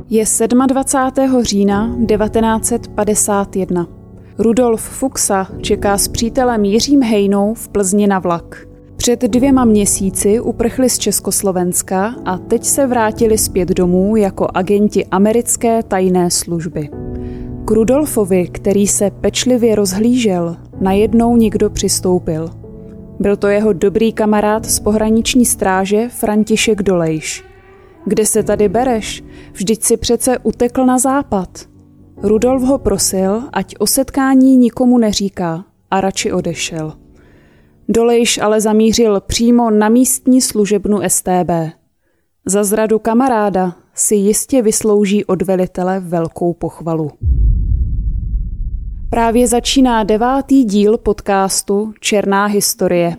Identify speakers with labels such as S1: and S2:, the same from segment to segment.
S1: Je 27. října 1951. Rudolf Fuchsa čeká s přítelem Jiřím Hejnou v Plzni na vlak. Před 2 měsíci uprchli z Československa a teď se vrátili zpět domů jako agenti americké tajné služby. K Rudolfovi, který se pečlivě rozhlížel, najednou někdo přistoupil. Byl to jeho dobrý kamarád z pohraniční stráže František Dolejš. Kde se tady bereš? Vždyť si přece utekl na západ. Rudolf ho prosil, ať o setkání nikomu neříká, a radši odešel. Dolejš ale zamířil přímo na místní služebnu StB. Za zradu kamaráda si jistě vyslouží od velitele velkou pochvalu. Právě začíná 9. díl podcastu Černá historie.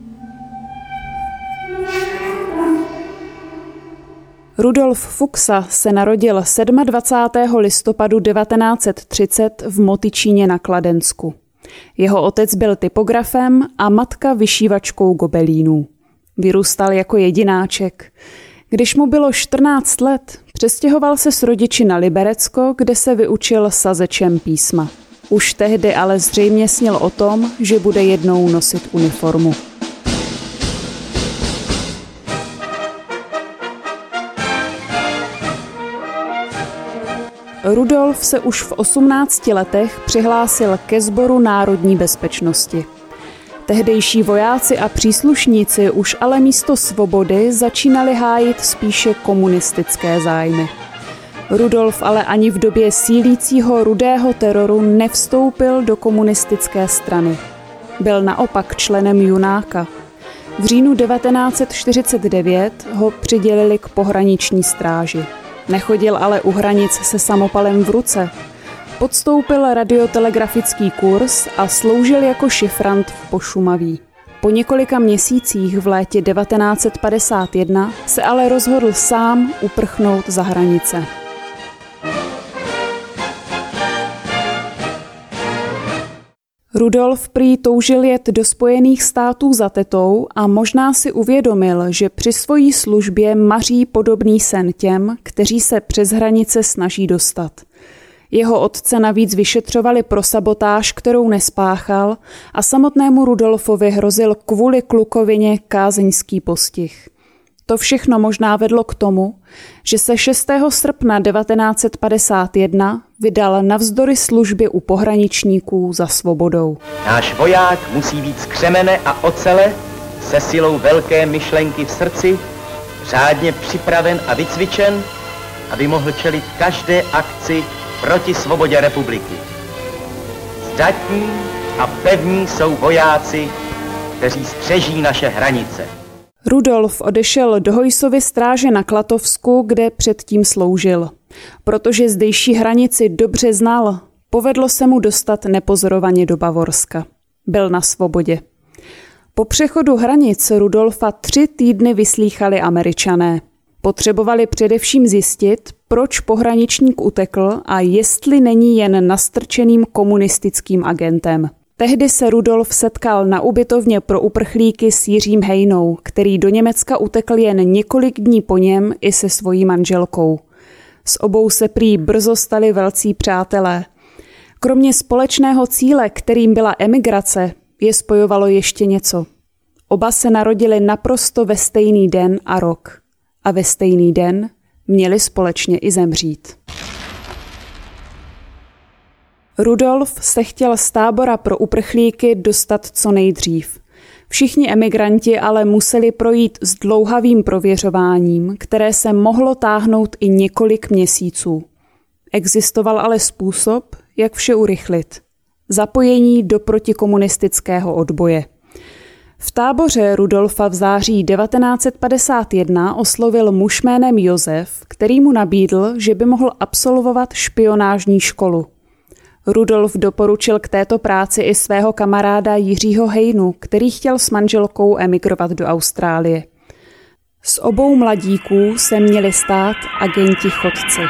S1: Rudolf Fuchsa se narodil 27. listopadu 1930 v Motyčíně na Kladensku. Jeho otec byl typografem a matka vyšívačkou gobelínů. Vyrůstal jako jedináček. Když mu bylo 14 let, přestěhoval se s rodiči na Liberecko, kde se vyučil sazečem písma. Už tehdy ale zřejmě snil o tom, že bude jednou nosit uniformu. Rudolf se už v 18 letech přihlásil ke sboru národní bezpečnosti. Tehdejší vojáci a příslušníci už ale místo svobody začínali hájit spíše komunistické zájmy. Rudolf ale ani v době sílícího rudého teroru nevstoupil do komunistické strany. Byl naopak členem Junáka. V říjnu 1949 ho přidělili k pohraniční stráži. Nechodil ale u hranic se samopalem v ruce. Podstoupil radiotelegrafický kurz a sloužil jako šifrant v Pošumaví. Po několika měsících v létě 1951 se ale rozhodl sám uprchnout za hranice. Rudolf prý toužil jet do Spojených států za tetou a možná si uvědomil, že při svojí službě maří podobný sen těm, kteří se přes hranice snaží dostat. Jeho otce navíc vyšetřovali pro sabotáž, kterou nespáchal, a samotnému Rudolfovi hrozil kvůli klukovině kázeňský postih. To všechno možná vedlo k tomu, že se 6. srpna 1951 vydal navzdory službě u pohraničníků za svobodou.
S2: Náš voják musí být z křemene a ocele, se silou velké myšlenky v srdci, řádně připraven a vycvičen, aby mohl čelit každé akci proti svobodě republiky. Zdatní a pevní jsou vojáci, kteří střeží naše hranice.
S1: Rudolf odešel do Hojsovy stráže na Klatovsku, kde předtím sloužil. Protože zdejší hranici dobře znal, povedlo se mu dostat nepozorovaně do Bavorska. Byl na svobodě. Po přechodu hranic Rudolfa 3 týdny vyslýchali Američané. Potřebovali především zjistit, proč pohraničník utekl a jestli není jen nastrčeným komunistickým agentem. Tehdy se Rudolf setkal na ubytovně pro uprchlíky s Jiřím Hejnou, který do Německa utekl jen několik dní po něm i se svojí manželkou. S obou se prý brzo stali velcí přátelé. Kromě společného cíle, kterým byla emigrace, je spojovalo ještě něco. Oba se narodili naprosto ve stejný den a rok. A ve stejný den měli společně i zemřít. Rudolf se chtěl z tábora pro uprchlíky dostat co nejdřív. Všichni emigranti ale museli projít s dlouhavým prověřováním, které se mohlo táhnout i několik měsíců. Existoval ale způsob, jak vše urychlit. Zapojení do protikomunistického odboje. V táboře Rudolfa v září 1951 oslovil muž jménem Josef, který mu nabídl, že by mohl absolvovat špionážní školu. Rudolf doporučil k této práci i svého kamaráda Jiřího Hejnu, který chtěl s manželkou emigrovat do Austrálie. Z obou mladíků se měli stát agenti chodci.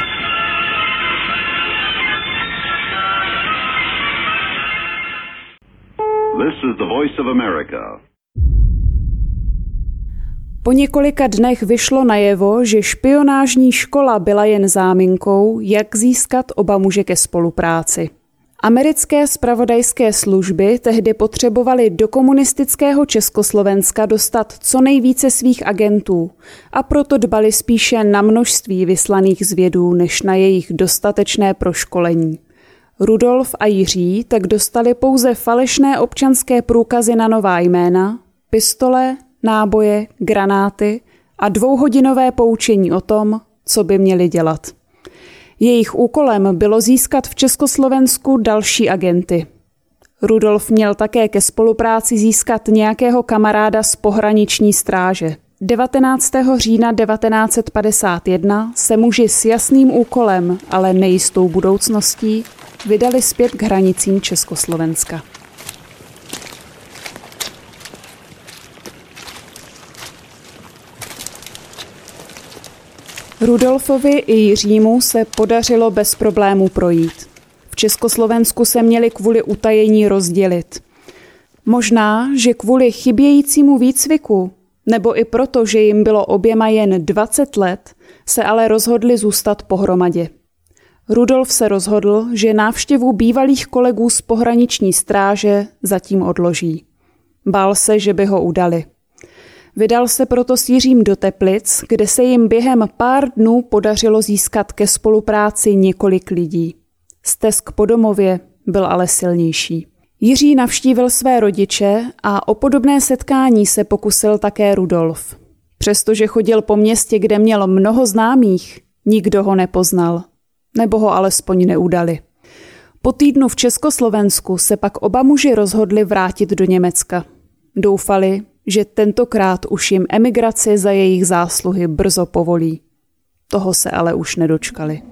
S3: This is the voice of America.
S1: Po několika dnech vyšlo najevo, že špionážní škola byla jen záminkou, jak získat oba muže ke spolupráci. Americké zpravodajské služby tehdy potřebovaly do komunistického Československa dostat co nejvíce svých agentů a proto dbali spíše na množství vyslaných zvědů, než na jejich dostatečné proškolení. Rudolf a Jiří tak dostali pouze falešné občanské průkazy na nová jména, pistole, náboje, granáty a 2hodinové poučení o tom, co by měli dělat. Jejich úkolem bylo získat v Československu další agenty. Rudolf měl také ke spolupráci získat nějakého kamaráda z pohraniční stráže. 19. října 1951 se muži s jasným úkolem, ale nejistou budoucností, vydali zpět k hranicím Československa. Rudolfovi i Jiřímu se podařilo bez problémů projít. V Československu se měli kvůli utajení rozdělit. Možná, že kvůli chybějícímu výcviku, nebo i proto, že jim bylo oběma jen 20 let, se ale rozhodli zůstat pohromadě. Rudolf se rozhodl, že návštěvu bývalých kolegů z pohraniční stráže zatím odloží. Bál se, že by ho udali. Vydal se proto s Jiřím do Teplic, kde se jim během pár dnů podařilo získat ke spolupráci několik lidí. Stesk po domově byl ale silnější. Jiří navštívil své rodiče a o podobné setkání se pokusil také Rudolf. Přestože chodil po městě, kde měl mnoho známých, nikdo ho nepoznal. Nebo ho alespoň neudali. Po týdnu v Československu se pak oba muži rozhodli vrátit do Německa. Doufali, že tentokrát už jim emigraci za jejich zásluhy brzo povolí. Toho se ale už nedočkali.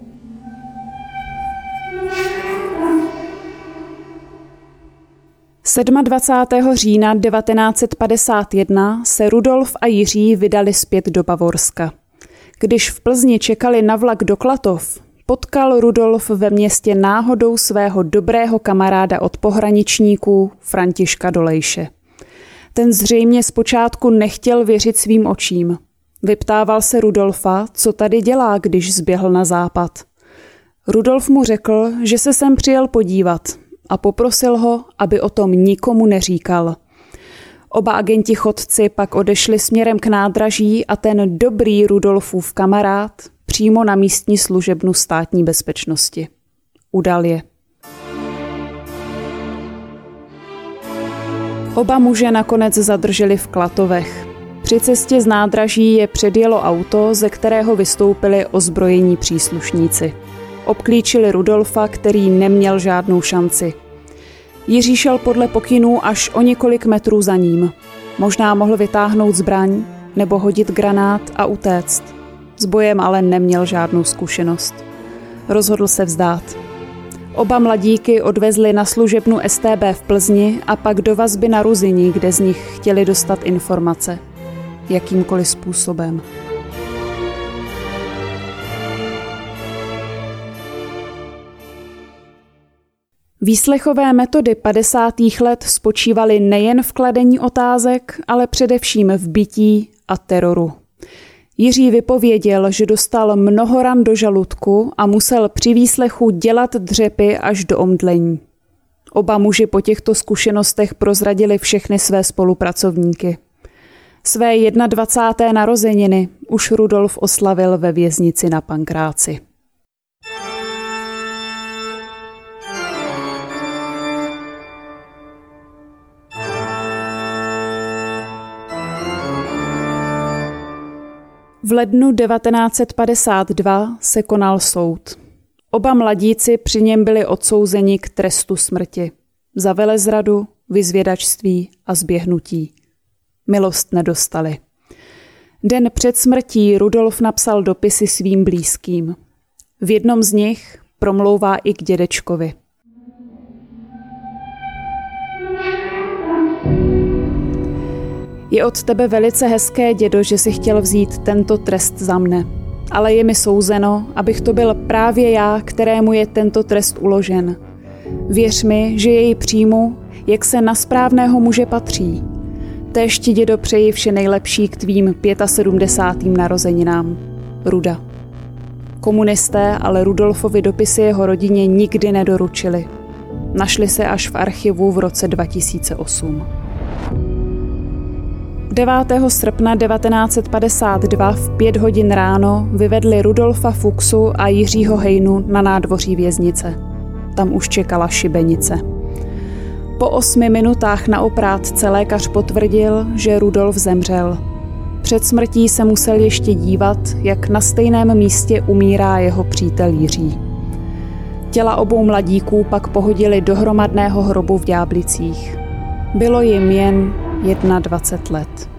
S1: - 27. října 1951 se Rudolf a Jiří vydali zpět do Bavorska. Když v Plzni čekali na vlak do Klatov, potkal Rudolf ve městě náhodou svého dobrého kamaráda od pohraničníků Františka Dolejše. Ten zřejmě zpočátku nechtěl věřit svým očím. Vyptával se Rudolfa, co tady dělá, když zběhl na západ. Rudolf mu řekl, že se sem přijel podívat a poprosil ho, aby o tom nikomu neříkal. Oba agenti chodci pak odešli směrem k nádraží a ten dobrý Rudolfův kamarád přímo na místní služebnu státní bezpečnosti. Udal je. Oba muže nakonec zadrželi v Klatovech. Při cestě z nádraží je předjelo auto, ze kterého vystoupili ozbrojení příslušníci. Obklíčili Rudolfa, který neměl žádnou šanci. Jiří šel podle pokynů až o několik metrů za ním. Možná mohl vytáhnout zbraň nebo hodit granát a utéct. S bojem ale neměl žádnou zkušenost. Rozhodl se vzdát. Oba mladíky odvezli na služebnu StB v Plzni a pak do vazby na Ruzyni, kde z nich chtěli dostat informace. Jakýmkoliv způsobem. Výslechové metody 50. let spočívaly nejen v kladení otázek, ale především v bití a teroru. Jiří vypověděl, že dostal mnoho ran do žaludku a musel při výslechu dělat dřepy až do omdlení. Oba muži po těchto zkušenostech prozradili všechny své spolupracovníky. Své 21. narozeniny už Rudolf oslavil ve věznici na Pankráci. V lednu 1952 se konal soud. Oba mladíci při něm byli odsouzeni k trestu smrti. Za velezradu, vyzvědačství a zběhnutí. Milost nedostali. Den před smrtí Rudolf napsal dopisy svým blízkým. V jednom z nich promlouvá i k dědečkovi. Je od tebe velice hezké, dědo, že si chtěl vzít tento trest za mne. Ale je mi souzeno, abych to byl právě já, kterému je tento trest uložen. Věř mi, že jej přijmu, jak se na správného muže patří. Též ti, dědo, přeji vše nejlepší k tvým 75. narozeninám. Ruda. Komunisté ale Rudolfovi dopisy jeho rodině nikdy nedoručili. Našli se až v archivu v roce 2008. 9. srpna 1952 v 5 hodin ráno vyvedli Rudolfa Fuchsu a Jiřího Hejnu na nádvoří věznice. Tam už čekala šibenice. Po 8 minutách na oprátce lékař potvrdil, že Rudolf zemřel. Před smrtí se musel ještě dívat, jak na stejném místě umírá jeho přítel Jiří. Těla obou mladíků pak pohodili do hromadného hrobu v Ďáblicích. Bylo jim jen 21 let.